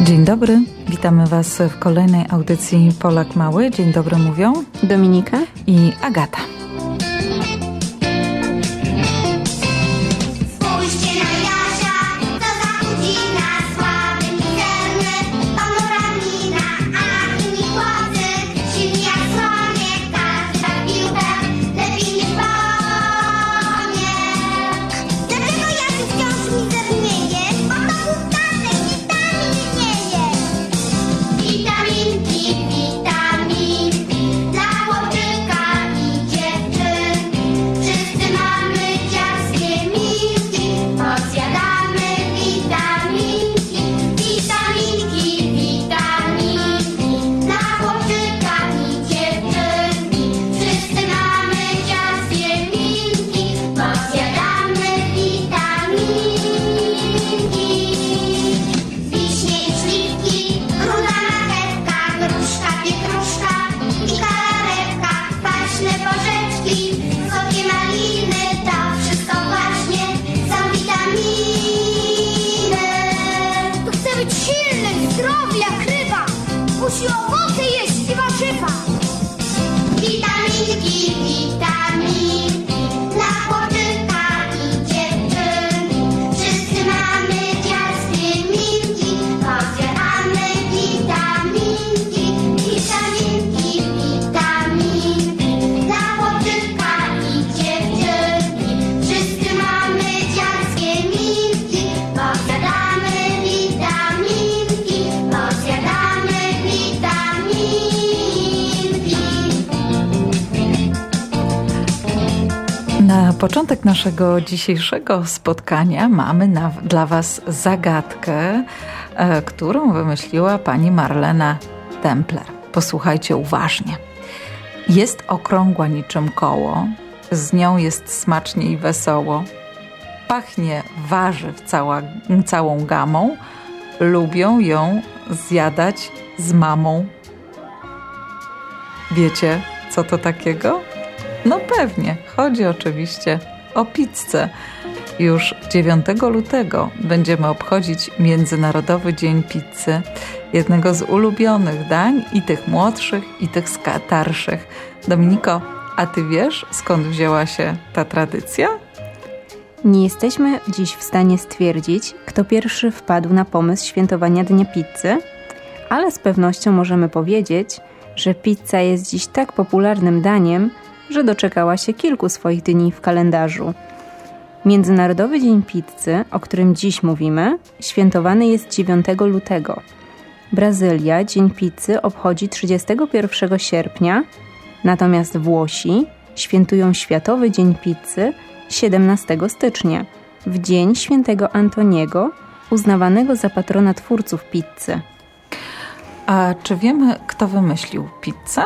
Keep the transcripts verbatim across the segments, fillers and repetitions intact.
Dzień dobry, witamy Was w kolejnej audycji Polak Mały. Dzień dobry mówią Dominika i Agata. Na początek naszego dzisiejszego spotkania mamy na, dla Was zagadkę, e, którą wymyśliła pani Marlena Templer. Posłuchajcie uważnie. Jest okrągła niczym koło, z nią jest smacznie i wesoło. Pachnie warzyw cała, całą gamą, lubią ją zjadać z mamą. Wiecie, co to takiego? No pewnie, chodzi oczywiście o pizzę. Już dziewiątego lutego będziemy obchodzić Międzynarodowy Dzień Pizzy, jednego z ulubionych dań i tych młodszych, i tych starszych. Dominiko, a ty wiesz, skąd wzięła się ta tradycja? Nie jesteśmy dziś w stanie stwierdzić, kto pierwszy wpadł na pomysł świętowania Dnia Pizzy, ale z pewnością możemy powiedzieć, że pizza jest dziś tak popularnym daniem, że doczekała się kilku swoich dni w kalendarzu. Międzynarodowy Dzień Pizzy, o którym dziś mówimy, świętowany jest dziewiątego lutego. Brazylia Dzień Pizzy obchodzi trzydziestego pierwszego sierpnia, natomiast Włosi świętują Światowy Dzień Pizzy siedemnastego stycznia, w dzień świętego Antoniego, uznawanego za patrona twórców pizzy. A czy wiemy, kto wymyślił pizzę?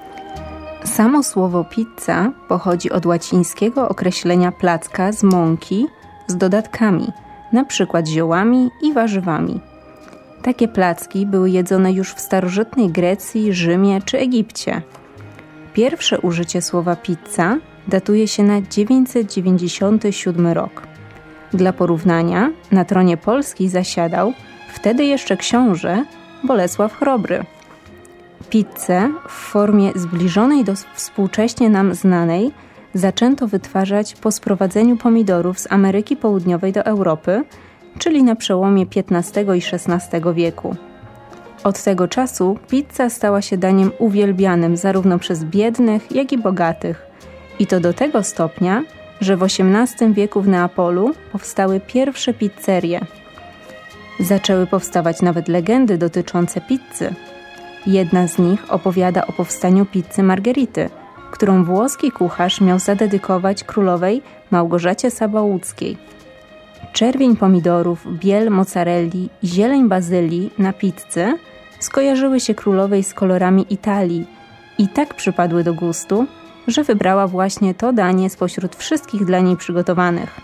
Samo słowo pizza pochodzi od łacińskiego określenia placka z mąki z dodatkami, na przykład ziołami i warzywami. Takie placki były jedzone już w starożytnej Grecji, Rzymie czy Egipcie. Pierwsze użycie słowa pizza datuje się na dziewięćset dziewięćdziesiąty siódmy rok. Dla porównania na tronie Polski zasiadał wtedy jeszcze książę Bolesław Chrobry. Pizzę w formie zbliżonej do współcześnie nam znanej zaczęto wytwarzać po sprowadzeniu pomidorów z Ameryki Południowej do Europy, czyli na przełomie piętnastego i szesnastego wieku. Od tego czasu pizza stała się daniem uwielbianym zarówno przez biednych, jak i bogatych. I to do tego stopnia, że w osiemnastym wieku w Neapolu powstały pierwsze pizzerie. Zaczęły powstawać nawet legendy dotyczące pizzy. Jedna z nich opowiada o powstaniu pizzy Margherity, którą włoski kucharz miał zadedykować królowej Małgorzacie Sabałuckiej. Czerwień pomidorów, biel mozzarelli i zieleń bazylii na pizzę skojarzyły się królowej z kolorami Italii i tak przypadły do gustu, że wybrała właśnie to danie spośród wszystkich dla niej przygotowanych.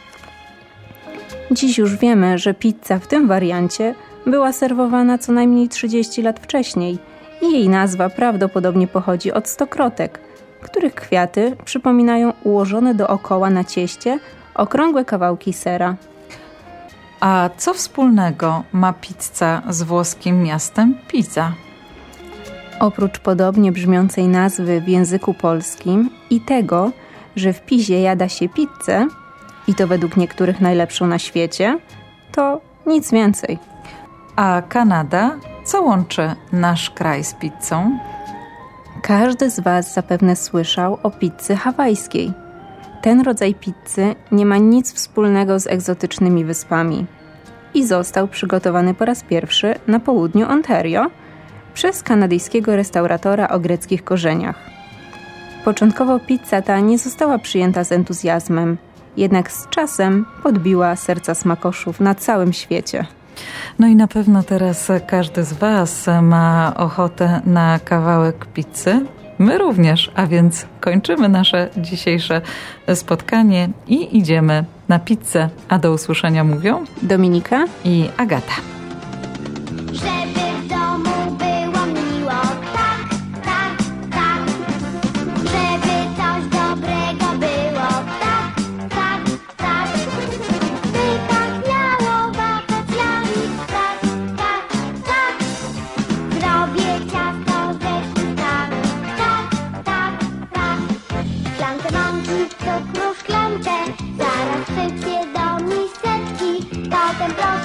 Dziś już wiemy, że pizza w tym wariancie była serwowana co najmniej trzydzieści lat wcześniej i jej nazwa prawdopodobnie pochodzi od stokrotek, których kwiaty przypominają ułożone dookoła na cieście okrągłe kawałki sera. A co wspólnego ma pizza z włoskim miastem Pisa? Oprócz podobnie brzmiącej nazwy w języku polskim i tego, że w Pizie jada się pizzę, i to według niektórych najlepszą na świecie, to nic więcej. A Kanada? Co łączy nasz kraj z pizzą? Każdy z Was zapewne słyszał o pizzy hawajskiej. Ten rodzaj pizzy nie ma nic wspólnego z egzotycznymi wyspami i został przygotowany po raz pierwszy na południu Ontario przez kanadyjskiego restauratora o greckich korzeniach. Początkowo pizza ta nie została przyjęta z entuzjazmem, jednak z czasem podbiła serca smakoszów na całym świecie. No i na pewno teraz każdy z Was ma ochotę na kawałek pizzy. My również, a więc kończymy nasze dzisiejsze spotkanie i idziemy na pizzę. A do usłyszenia mówią Dominika i Agata. Żeby w domu było miło, tak, tak, tak. Żeby coś dobrego było, tak, tak, tak. By tak miało wakacjami, tak, tak, tak. Zrobię ciasto ze śmietaną, tak, tak, tak. Szklankę mąki, cukru w szklance, zaraz sypię do miseczki, potem